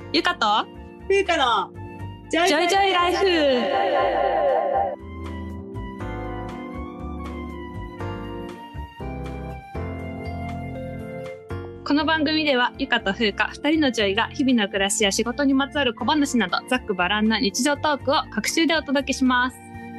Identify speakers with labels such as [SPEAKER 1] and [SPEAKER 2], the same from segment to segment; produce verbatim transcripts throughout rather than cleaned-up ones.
[SPEAKER 1] ゆかと
[SPEAKER 2] ふうかのジョイ
[SPEAKER 1] ジョイジョイライフ。この番組ではゆかとふうかふたりのジョイが日々の暮らしや仕事にまつわる小話などざっくばらんな日常トークを各週でお届けします。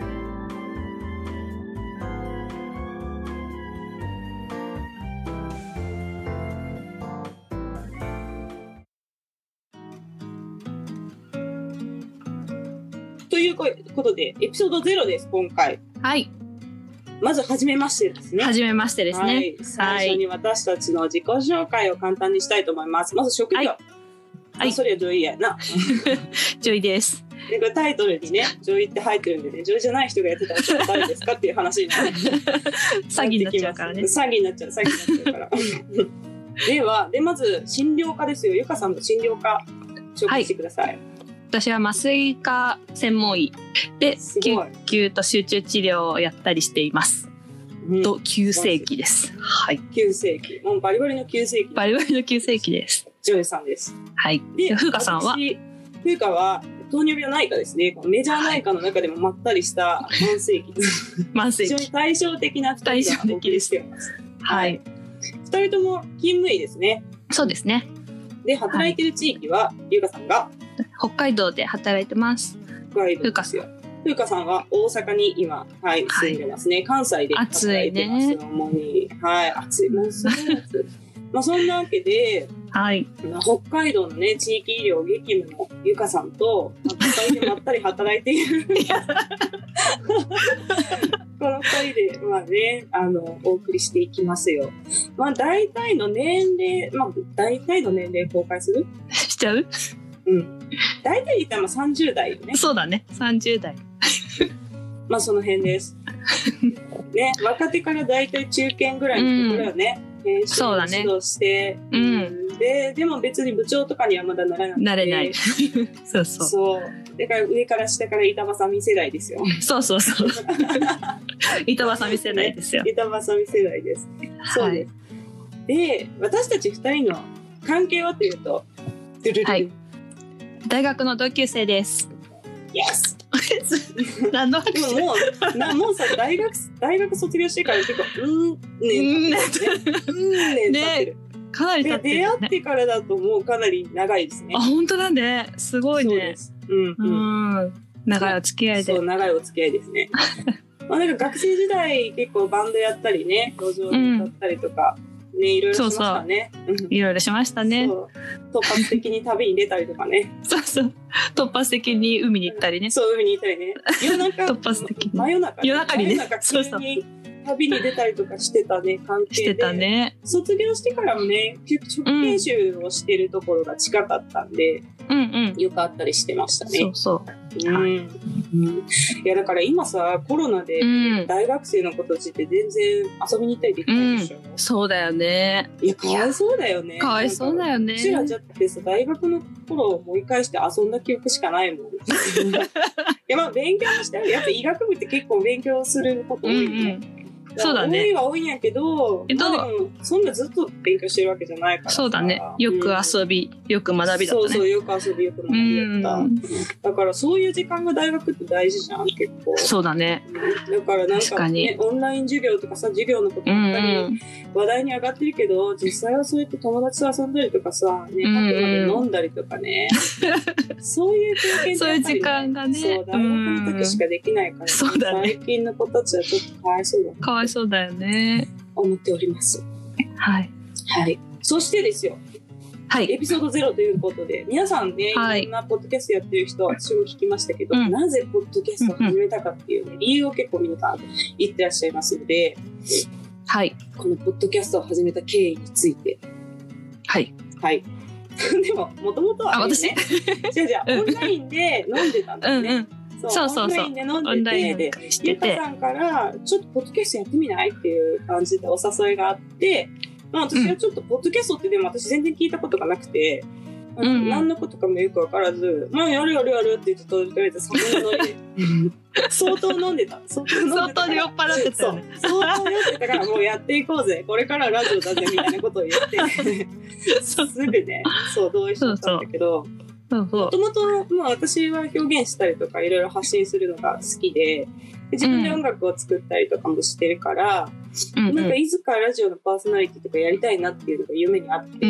[SPEAKER 2] ということでエピソードゼロです。今回
[SPEAKER 1] はい、
[SPEAKER 2] まずはじめましてですね。
[SPEAKER 1] はじめましてですね、
[SPEAKER 2] はい、最初に私たちの自己紹介を簡単にしたいと思います。まず職業、はいはい、それはジョイやな
[SPEAKER 1] ジョイです。
[SPEAKER 2] でこれタイトルにねジョイって入ってるんでね、ジョイじゃない人がやってたらちょっと誰ですかっていう話になる
[SPEAKER 1] 詐欺になっちゃうからね。
[SPEAKER 2] 詐欺になっちゃう詐欺になっちゃうからではでまず診療科ですよ。ゆかさんの診療科紹介してください。はい、
[SPEAKER 1] 私は麻酔科専門医で救急と集中治療をやったりしています、うん、と急性期です。はい、
[SPEAKER 2] 急性期、もうバリバリの急性期、
[SPEAKER 1] バリバリの急性期です。
[SPEAKER 2] ジョイさんです。
[SPEAKER 1] はい。で、ふうかさんは
[SPEAKER 2] ふうかは糖尿病内科ですね。メジャー内科の中でもまったりした慢性期
[SPEAKER 1] 慢性期、
[SPEAKER 2] 非常に対照的なふたりがお送りしています。
[SPEAKER 1] はい、
[SPEAKER 2] ふたりとも勤務医ですね。
[SPEAKER 1] そうですね。
[SPEAKER 2] で働いてる地域は、はい、ゆうかさんが
[SPEAKER 1] 北海道で働いてます。
[SPEAKER 2] 北海道ですよ。ふうかさんは大阪に今、はい、住んでますね。はい、関西で働いてます。暑いね。主に、はい、暑い、もうすごい暑い。まあそんなわけで、はい、北海道のね地域医療激務のゆかさんとふたりでまったり働いているこのふたりでまあねあのお送りしていきますよ。まあ大体の年齢、まあ大体の年齢公開する？
[SPEAKER 1] しちゃう？
[SPEAKER 2] うん。大体言ったらさんじゅう代よね。
[SPEAKER 1] そうだね、さんじゅう代。
[SPEAKER 2] まあその辺です。ね、若手から大体中堅ぐらいのところよね。うん、
[SPEAKER 1] そうだね。
[SPEAKER 2] 指導して、
[SPEAKER 1] うん、
[SPEAKER 2] ででも別に部長とかにはまだならなくて、
[SPEAKER 1] なれないそうそう
[SPEAKER 2] そうだから上から下から板挟み世代ですよ。
[SPEAKER 1] そうそうそう板挟み世代ですよ、
[SPEAKER 2] ね、板挟み世代です、そうです。で私たちふたりの関係はというと、
[SPEAKER 1] はい、大学の同級生です。
[SPEAKER 2] イエス
[SPEAKER 1] 何の拍手？
[SPEAKER 2] もうなもうさ大学大学卒業してから結構うんねん
[SPEAKER 1] うんねねかなり経ってる、ね、
[SPEAKER 2] で出会ってからだともうかなり長いですね。
[SPEAKER 1] あ、本当なんで、すごいね。そうです。うん、うん、長いお付き合いで。
[SPEAKER 2] そう長いお付き合いですね。まあなんか学生時代結構バンドやったりね、路上で歌ったりとか。うんね、いろいろしましたね。
[SPEAKER 1] そうそういろいろしましたね。
[SPEAKER 2] 突発的に旅に出たりとかね。
[SPEAKER 1] そうそう突発的に海に行ったりね。
[SPEAKER 2] そう海に行ったりね。夜中
[SPEAKER 1] 突発的に
[SPEAKER 2] 真夜中、
[SPEAKER 1] ね、夜中にね。
[SPEAKER 2] そうそう旅に出たりとかしてたね関係で。
[SPEAKER 1] してたね。
[SPEAKER 2] 卒業してからもね職研修をしてるところが近かったんで、うんうん、よくあったりしてましたね。
[SPEAKER 1] そうそう。
[SPEAKER 2] うんうん、いやだから今さコロナで大学生の子たちって全然遊びに行ったりできないでしょ、うん、
[SPEAKER 1] そうだよね。
[SPEAKER 2] いやかわいそうだよね。
[SPEAKER 1] かわいそうだよね。
[SPEAKER 2] うちらじゃってさ大学の頃を思い返して遊んだ記憶しかないもん。いやまあ勉強もしたよ。やっぱ医学部って結構勉強すること多いよね、うんうん
[SPEAKER 1] そうだね。
[SPEAKER 2] 多いは多いんやけど、えっと、まあ、でもそんなずっと勉強してるわけじゃないから。
[SPEAKER 1] そうだね。よく遊び、うん、よく学びだったね。
[SPEAKER 2] そうそう、よく遊び、よく学びだった。だからそういう時間が大学って大事じゃん、結構。
[SPEAKER 1] そうだね。
[SPEAKER 2] だからなんかね、オンライン授業とかさ、授業のことばっかり話題に上がってるけど、うんうん、実際はそうやって友達と遊んだりとかさ、ね、カフェまで飲んだりとかね、うんうん、そういう経験ってやっぱり、ね、
[SPEAKER 1] そういう時間がね、
[SPEAKER 2] そう、大学の時しかできないから、ね、
[SPEAKER 1] そうだね。
[SPEAKER 2] 最近の子たちはちょっとかわいそうだね。
[SPEAKER 1] かわいそうだよね。
[SPEAKER 2] 思っております。はい。はい。そしてですよ。はい。エピソードゼロということで、皆さんね、はい、いろんなポッドキャストやってる人は私も聞きましたけど、うん、なぜポッドキャストを始めたかっていう、ね、うんうん、理由を結構皆さん言ってらっしゃいますので、はい。このポッドキャストを始めた経緯について。はい。はい。でも、もともとは、ね、
[SPEAKER 1] あ、私
[SPEAKER 2] じゃあじゃあ、オンラインで飲んでたんだよね。うんうんそうそうそうそう。オンラインで飲んでて、で、ゆかさんからちょっとポッドキャストやってみないっていう感じでお誘いがあって、まあ私はちょっとポッドキャストってでも私全然聞いたことがなくて、うんうん、何のことかもよくわからず、まあやるやるやるって言ってとりあえずそのノリで相当飲んでた。相当飲んでた。
[SPEAKER 1] 相当酔っ払ってたよね。
[SPEAKER 2] そう相当酔ってたからもうやっていこうぜ。これからラジオだぜみたいなことを言って、すぐね、そう同意しちゃったんだけど。そうそうもともと私は表現したりとかいろいろ発信するのが好きで、で自分で音楽を作ったりとかもしてるから、うん、なんかいつかラジオのパーソナリティとかやりたいなっていうのが夢にあって、うん、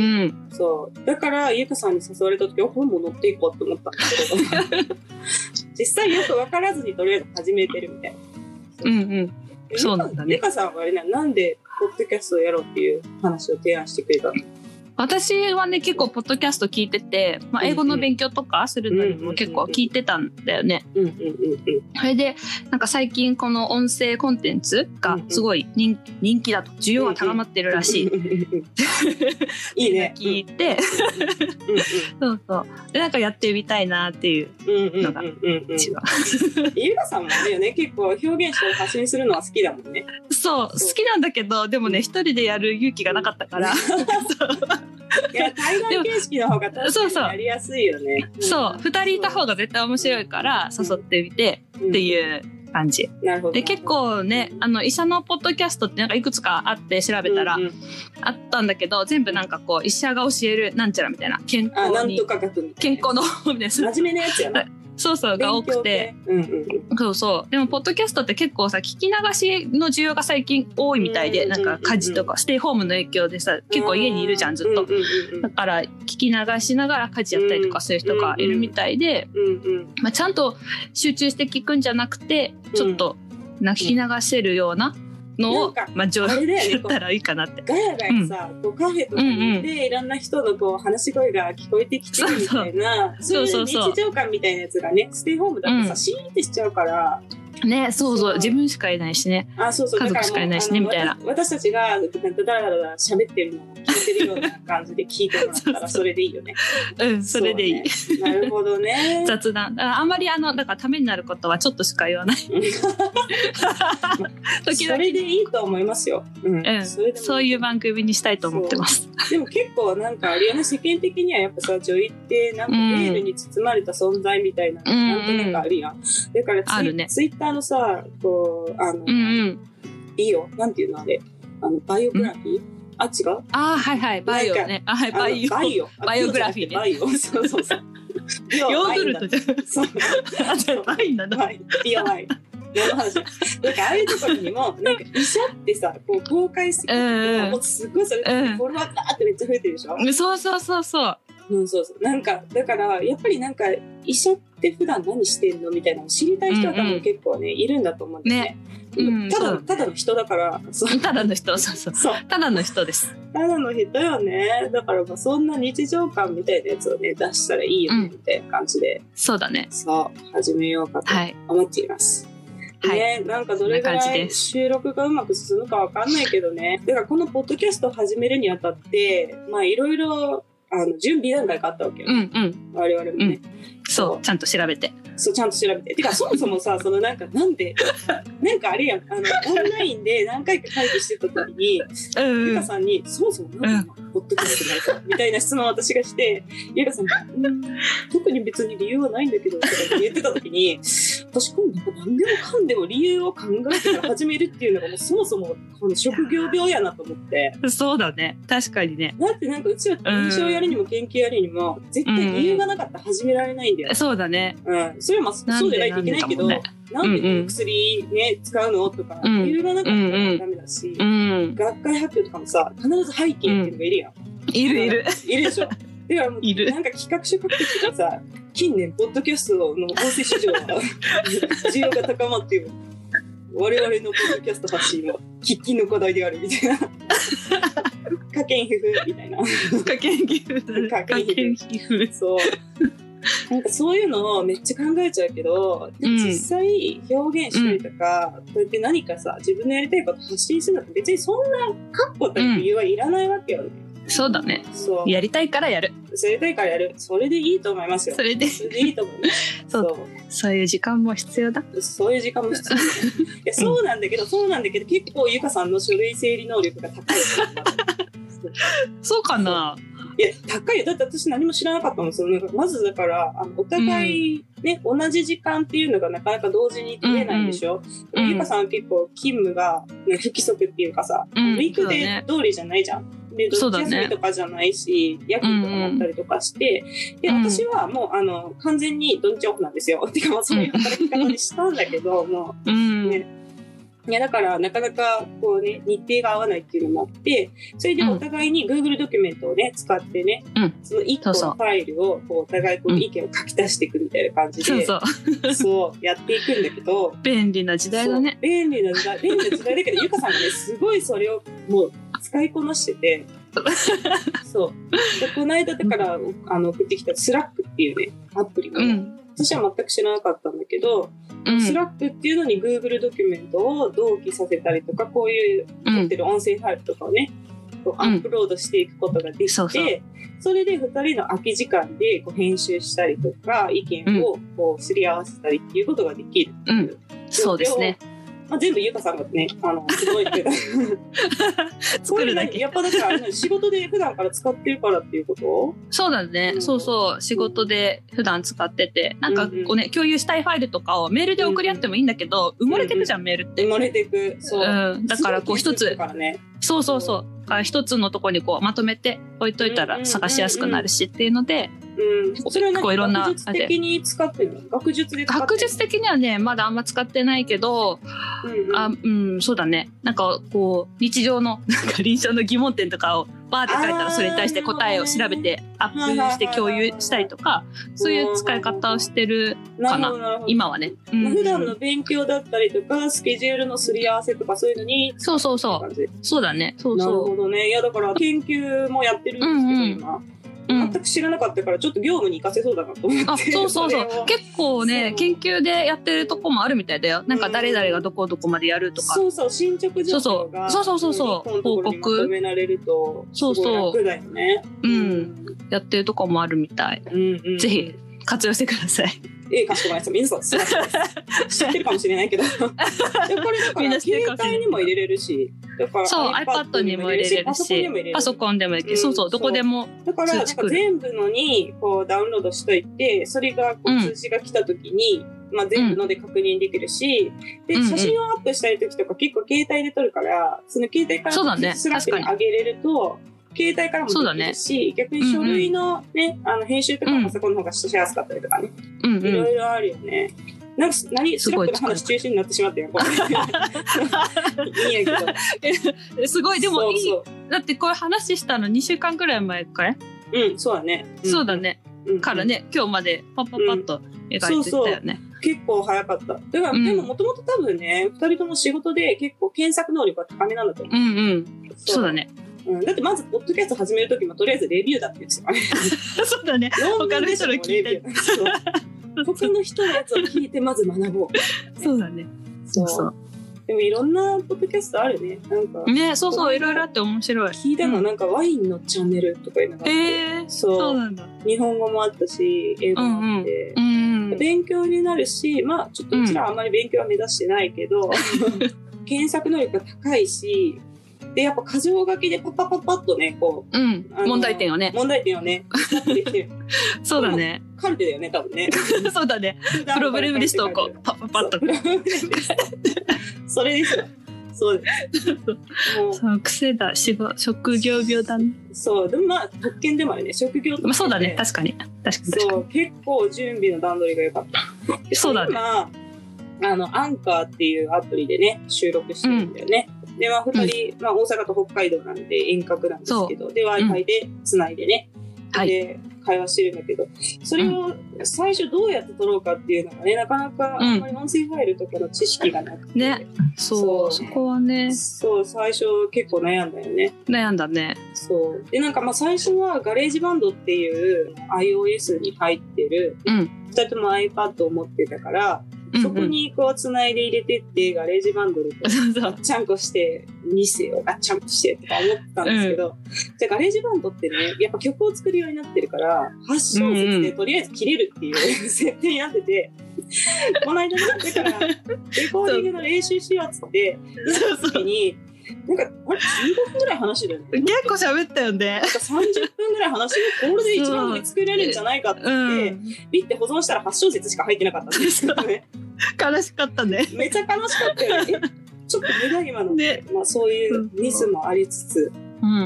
[SPEAKER 2] そうだからゆかさんに誘われた時は本も乗っていこうと思ったんですけど実際よく分からずにとりあえず始めてるみたいな。
[SPEAKER 1] うんうん、そうなんだね。
[SPEAKER 2] ゆかさんはあれな、なんでポッドキャストをやろうっていう話を提案してくれたの？
[SPEAKER 1] 私はね、結構ポッドキャスト聞いてて、まあ、英語の勉強とかするのにも結構聞いてたんだよね。それで、なんか最近この音声コンテンツがすごい 人, 人気だと、需要が高まってるらしい。
[SPEAKER 2] いいね。
[SPEAKER 1] 聞いて、そうそう。で、なんかやってみたいなっていうのが一番。
[SPEAKER 2] ゆかさんもね、結構表現して発信するのは好きだもんね。
[SPEAKER 1] そう、好きなんだけど、でもね、一人でやる勇気がなかったから。
[SPEAKER 2] いや、対談形式の方が確かにやりやすいよね。
[SPEAKER 1] そう、二、うん、人いた方が絶対面白いから誘ってみてっていう感じ。
[SPEAKER 2] なるほど。
[SPEAKER 1] で、結構ね、あの医者のポッドキャストってなんかいくつかあって調べたら、うんうん、あったんだけど、全部なんかこう医者が教えるなんちゃらみたいな、健康に、
[SPEAKER 2] あ、なんとか学みたいな、
[SPEAKER 1] 健康の方です。
[SPEAKER 2] 真面目なやつやな。
[SPEAKER 1] そうそうが多くて、うんうんうん、そうそうでもポッドキャストって結構さ聞き流しの需要が最近多いみたいで、なんか家事とかステイホームの影響でさ結構家にいるじゃんずっと、だから聞き流しながら家事やったりとかする人がいるみたいで、まあ、ちゃんと集中して聞くんじゃなくてちょっと聞き流せるようなのを、まあ、上手言ったらいいかなって。
[SPEAKER 2] ガヤガヤさ、うん、こうカフェとかにいて、うんうん、いろんな人のこう話し声が聞こえてきてるみたいな、そういう日常感みたいなやつがね、ステイホームだとさ、うん、シーンってしちゃうから。
[SPEAKER 1] ね、そうそう、自分しかいないしね。
[SPEAKER 2] あ、そうそう、
[SPEAKER 1] 家族しかいないしね、みたいな。
[SPEAKER 2] 私たちが、だらだら喋ってるのを聞いてるような感じで聞いてもらったら、それでいいよね。
[SPEAKER 1] うん、それでいい。
[SPEAKER 2] ね、なるほどね。
[SPEAKER 1] 雑談。あんまりあの、だからためになることはちょっとしか言わない。時
[SPEAKER 2] 々それでいいと思いますよ。
[SPEAKER 1] うん。うん、そ, そういう番組にしたいと思ってます。
[SPEAKER 2] でも結構なんかあれよね、世間的にはやっぱさ、女医ってなんかベールに包まれた存在みたいな、うん、なんとなくあるやん。だからツイ、ね、ツイッターのさ、こう、あの、うんうん、いいよ、なんていうのあれ、あの、バイオグラフィー、うん、あ、違う？
[SPEAKER 1] あ、はいはい、バイオね。あ、はい、バイオ。
[SPEAKER 2] バイオ。
[SPEAKER 1] バイオグラフィーね。
[SPEAKER 2] バイオ、そうそうそう。
[SPEAKER 1] ヨーグルトじゃん。そう。あ、じゃあ、バインなの？
[SPEAKER 2] ビオバイ。何の話？なんかああいうところにも、なんか医者ってさ、こう公開してるともうすごいそれ、フォロワーだーってめっちゃ増えてるでしょ？
[SPEAKER 1] そうそうそうそう。
[SPEAKER 2] うん、そうそう。なんか、だから、やっぱりなんか、医者って普段何してんのみたいなのを知りたい人は多分結構ね、うんうん、いるんだと思うんだよね。ね、うん、ただ、ただの人だから。
[SPEAKER 1] そうただの人、そうそう。そうただの人です。
[SPEAKER 2] ただの人よね。だからまあそんな日常感みたいなやつをね、出したらいいよね、みたいな感じで、
[SPEAKER 1] うん。そうだね。
[SPEAKER 2] そう、始めようかと思っています。はいね、はい、なんかどれぐらい収録がうまく進むかわかんないけどね。だからこのポッドキャストを始めるにあたって、まあいろいろ、あの、準備段階があったわけよ。
[SPEAKER 1] うんうん。
[SPEAKER 2] 我々もね。うん
[SPEAKER 1] そう、ちゃんと調べて。
[SPEAKER 2] そう、ちゃんと調べて。てか、そもそもさ、そのなんか、なんで、なんかあれやん、あの、オンラインで何回か会議してた時に、うん、ゆかさんに、そもそもなんでポッドキャストないか、みたいな質問を私がして、ゆかさんが、うん、特に別に理由はないんだけど、とか言ってた時に、私今度何でもかんでも理由を考えてから始めるっていうのがもうそもそもこの職業病やなと思って。
[SPEAKER 1] そうだね。確かにね。
[SPEAKER 2] だってなんかうちは臨床やるにも研究やるにも、絶対理由がなかったら始められないんだよ。
[SPEAKER 1] そうだね。
[SPEAKER 2] うん。それはまあそうでないといけないけど、なんでこの薬ね、使うのとか、理由がなかったらダメだし、学会発表とかもさ、必ず背景っていうのがいるやん。
[SPEAKER 1] いるいる。
[SPEAKER 2] いるでしょ。だからもう、なんか企画書書くときとかさ、近年、ポッドキャストの音声市場は需要が高まっている。我々のポッドキャスト発信は喫緊の課題であるみたいな。科研皮膚みたいな。
[SPEAKER 1] 科研皮膚。
[SPEAKER 2] 科研皮膚。そう。なんかそういうのをめっちゃ考えちゃうけど、うん、実際表現したりとか、うん、こうやって何かさ、自分のやりたいこと発信するのって別にそんな確固たる理由はいらないわけよね。
[SPEAKER 1] うん、そうだね。そう。やりたいからやる。
[SPEAKER 2] やりたいからやる。それでいいと思いますよ。
[SPEAKER 1] それで。
[SPEAKER 2] それでいいと思います。
[SPEAKER 1] そう。そういう時間も必要だ。
[SPEAKER 2] そういう時間も必要だ。いや、そうなんだけど、そうなんだけど、結構ゆかさんの書類整理能力が高い。
[SPEAKER 1] そうかな。
[SPEAKER 2] いや、高いよ。だって私何も知らなかったの。そのまずだから、あのお互いね、うん、同じ時間っていうのがなかなか同時に取れないんでしょ。うんうん、ゆかさんは結構勤務が、ね、不規則っていうかさ、うん、ウィークデー通りじゃないじゃん。ね、 でどっち休みとかじゃないし、ね、夜勤とかもあったりとかして、うんうん、で私はもうあの完全に土日オフなんですよ。てかまあそういう働き方にしたんだけど、もう、うんね、いやだからなかなかこうね日程が合わないっていうのもあって、それでお互いに Google ドキュメントをね使ってね、うん、そのいっこのファイルをこうお互いこう意見を書き出していくみたいな感じで、うん、そうそうそうやっていくんだけど、
[SPEAKER 1] 便利な時代だね。
[SPEAKER 2] 便利な時代便利な時代だけどゆかさんがねすごいそれをもう使いこなしててそうでこの間だからあの送ってきたスラックっていうねアプリを、うん、私は全く知らなかったんだけど、うん、スラックっていうのに Google ドキュメントを同期させたりとか、こういう持ってる音声ファイルとかをね、こうアップロードしていくことができて、うん、そうそう、それでふたりの空き時間でこう編集したりとか意見をこうすり合わせたりっていうことができるっていう、うん、
[SPEAKER 1] そうですね。
[SPEAKER 2] まあ、全部ゆかさんがね、あの、すごいけど。
[SPEAKER 1] 作るだけ。
[SPEAKER 2] やっぱだから、仕事で普段から使ってるからっていうこと？
[SPEAKER 1] そうだね、うん。そうそう。仕事で普段使ってて、なんかこうね、うんうん、共有したいファイルとかをメールで送り合ってもいいんだけど、うんうん、埋もれてくじゃん、メールって。
[SPEAKER 2] 埋もれてく。そう。
[SPEAKER 1] うん。だからこう一つ。そうそうそう。一つのところにこうまとめて置いといたら探しやすくなるしっていうので、
[SPEAKER 2] うん、それは何か学術的に使ってるの？学術で使ってるの？学
[SPEAKER 1] 術的にはねまだあんま使ってないけど、うんうん、あうん、そうだね、なんかこう日常のなんか臨床の疑問点とかをバーって書いたらそれに対して答えを調べてアップして共有したりとか、そういう使い方をしてるかな今はね、
[SPEAKER 2] うん、普段の勉強だったりとかスケジュールのすり合わせとかそういうのに
[SPEAKER 1] そうそうそうそうだね、そうそう、
[SPEAKER 2] なるほどね。いやだから研究もやってるんですけど、うんうん、今全く知らなかったからちょっと業務に活かせそうだなと思って、うん、あ
[SPEAKER 1] そうそうそう結構ね研究でやってるとこもあるみたいだよ。なんか誰々がどこどこまでやるとか、
[SPEAKER 2] そうそう進捗状況が
[SPEAKER 1] そうそうそうそう報告
[SPEAKER 2] まとめられるとすごい楽だよね。
[SPEAKER 1] そうそう、うん、やってるとこもあるみたい、うんうん、ぜひ活用してください。
[SPEAKER 2] ええ、かしこまりました。皆さんすいません知ってるかもしれないけどでこれだから携帯にも入れれるし、だから
[SPEAKER 1] そう iPad にも入れれるしパソコンでも入れれるし、そうそうどこでも
[SPEAKER 2] だからなんか全部のにこうダウンロードしといて、それがこう通知が来た時に、うんまあ、全部ので確認できるし、うん、で写真をアップしたい時とか結構携帯で撮るからその携帯からスラックに上げれると携帯からもできるし、ね、逆に書類のね、うんうん、あの編集とかパソコンの方がしやすかったりとかね、うんうん、いろいろあるよね。なんか何スラックの話中心になってしまったよ。いいんや
[SPEAKER 1] けどすごいでもいい。そうそうだってこれ話したのにしゅうかんくらい前かい？
[SPEAKER 2] うんそうだね。
[SPEAKER 1] うん、そうだね。うん、からね今日までパッパッパッと描いてたよね。うん、そうそう
[SPEAKER 2] 結構早かった。だから、うん、でももともと多分ねふたりとも仕事で結構検索能力が高めなんだと思う。
[SPEAKER 1] うんうんそう、そうだね。
[SPEAKER 2] うん、だってまずポッドキャスト始めるときもとりあえずレビューだって言ってたからね。
[SPEAKER 1] そうだね。他の人の聞いて
[SPEAKER 2] 他の人のやつを聞いてまず学ぼ
[SPEAKER 1] う。そうだね。
[SPEAKER 2] そうそう。でもいろんなポッドキャストあるね。なんか
[SPEAKER 1] ね、そうそういろいろあって面白い。
[SPEAKER 2] 聞いたのはなんかワインのチャンネルとかいうのがあって、
[SPEAKER 1] えー、そう、そうなんだ。
[SPEAKER 2] 日本語もあったし英語もあって、うんうん、勉強になるし、まあちょっとうちらはあんまり勉強は目指してないけど、うん、検索能力が高いし。でやっぱ箇条書きでパッパッパッパッとねこ
[SPEAKER 1] う、うん、問題点をね
[SPEAKER 2] 問題点をねできてる
[SPEAKER 1] そうだね
[SPEAKER 2] カルテだよね多分ね
[SPEAKER 1] そうだねプログラムリストをこうパッパッパッと
[SPEAKER 2] それですよそうです
[SPEAKER 1] もうそう癖だ職業病だね。
[SPEAKER 2] そうでもまあ特権でもあるね職業とか、ね、
[SPEAKER 1] まあ、そうだね確かに確かに
[SPEAKER 2] そう結構準備の段取りが良かった
[SPEAKER 1] そうだね
[SPEAKER 2] あのアンカーっていうアプリでね収録してるんだよね、うんではふたり、うんまあ、大阪と北海道なんで遠隔なんですけどで Wi-Fi でつないでね、うん、で会話してるんだけどそれを最初どうやって撮ろうかっていうのがねなかなかあんまり音声ファイルとかの知識がなくて、
[SPEAKER 1] うん、ねそうそこはね
[SPEAKER 2] そう最初結構悩んだよね
[SPEAKER 1] 悩んだね
[SPEAKER 2] そうでなんかまあ最初はガレージバンドっていう iOS に入ってる、うん、ふたりとも iPad を持ってたからそこにこう繋いで入れてってガレージバンドでガッチャンコしてに世をガッチャンコしてとか思ったんですけど、うん、じゃあガレージバンドってねやっぱ曲を作るようになってるからはち小節でとりあえず切れるっていう、うん、設定になっててこの間ねだからレコーディングの練習しようっつってその時になんかあれじゅうごふんぐらい話してたよね。
[SPEAKER 1] 結構喋ったよね。
[SPEAKER 2] なんかさんじゅっぷんぐらい話してこれで一番で作れるんじゃないかって言って、うん、ピッて保存したらはち小節しか入ってなかったんですよね。
[SPEAKER 1] 悲しかったね。
[SPEAKER 2] めっちゃ悲しかったよね。ちょっと無駄今の、ねまあ、そういうミスもありつつ、
[SPEAKER 1] うん、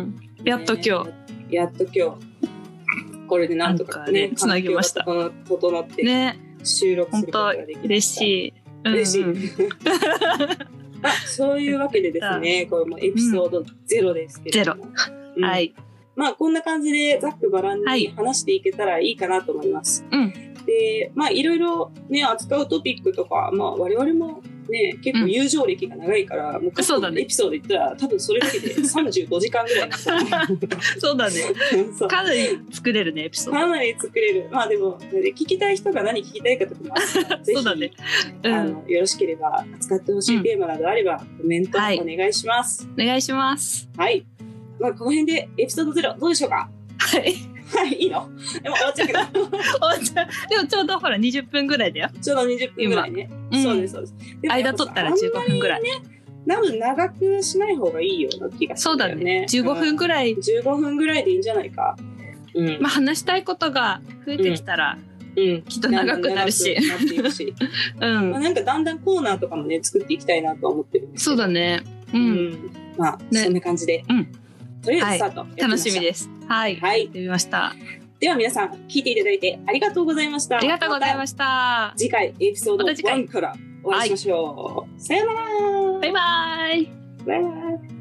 [SPEAKER 1] やっと今
[SPEAKER 2] 日。やっと今日。これでなんとかね、
[SPEAKER 1] つなぎました。
[SPEAKER 2] 整ってね、収録することができました。
[SPEAKER 1] 嬉しい。
[SPEAKER 2] 嬉しい。あ、そういうわけでですね、これもエピソードゼロですけども。
[SPEAKER 1] ゼロ。はい。
[SPEAKER 2] まあこんな感じでざっくばらんに話していけたらいいかなと思います。
[SPEAKER 1] うん。
[SPEAKER 2] で、まあいろいろね、扱うトピックとか、まあ我々もね、結構友情歴が長いから、うん、もう過去のエピソード言ったら、ね、多分それだけでさんじゅうごじかんぐらい
[SPEAKER 1] そうだね。かなり作れるね、エピソード。
[SPEAKER 2] かなり作れる。まあでも、聞きたい人が何聞きたいかとかもあるから、ぜひ、そうだね、うん、あの、よろしければ、扱ってほしいテーマなどあれば、コメントお願いします。
[SPEAKER 1] はい、お願いします。
[SPEAKER 2] はい。まあこの辺でエピソードゼロどうでしょうか？
[SPEAKER 1] はい。
[SPEAKER 2] はい、いいの？でも終わっちゃうけど。終
[SPEAKER 1] わっちゃう。でもちょうどほらにじゅっぷんぐらいだよ。
[SPEAKER 2] ちょうどにじゅっぷんぐらいね。うん、そうです、そうです。
[SPEAKER 1] 間取ったらじゅうごふんぐらい。
[SPEAKER 2] ね、多分長くしない方がいいような気がするんだよね。そうだね。
[SPEAKER 1] じゅうごふんぐらい。
[SPEAKER 2] じゅうごふんぐらいでいいんじゃないか。
[SPEAKER 1] うん。まあ話したいことが増えてきたら、うん、きっと長くなるし。
[SPEAKER 2] なっていくし。うん。まあなんかだんだんコーナーとかもね、作っていきたいなとは思ってるんですけど。
[SPEAKER 1] そうだね。うん。
[SPEAKER 2] まあ、そんな感じで。うん。とりあえずスタート。
[SPEAKER 1] 楽しみです。はい。はい。やってみました。
[SPEAKER 2] では皆さん聞いていただいてありがとうございました。
[SPEAKER 1] ありがとうございました。
[SPEAKER 2] 次回エピソードワンからお会いしましょう。さよなら。
[SPEAKER 1] バイバイ。
[SPEAKER 2] バイバイ。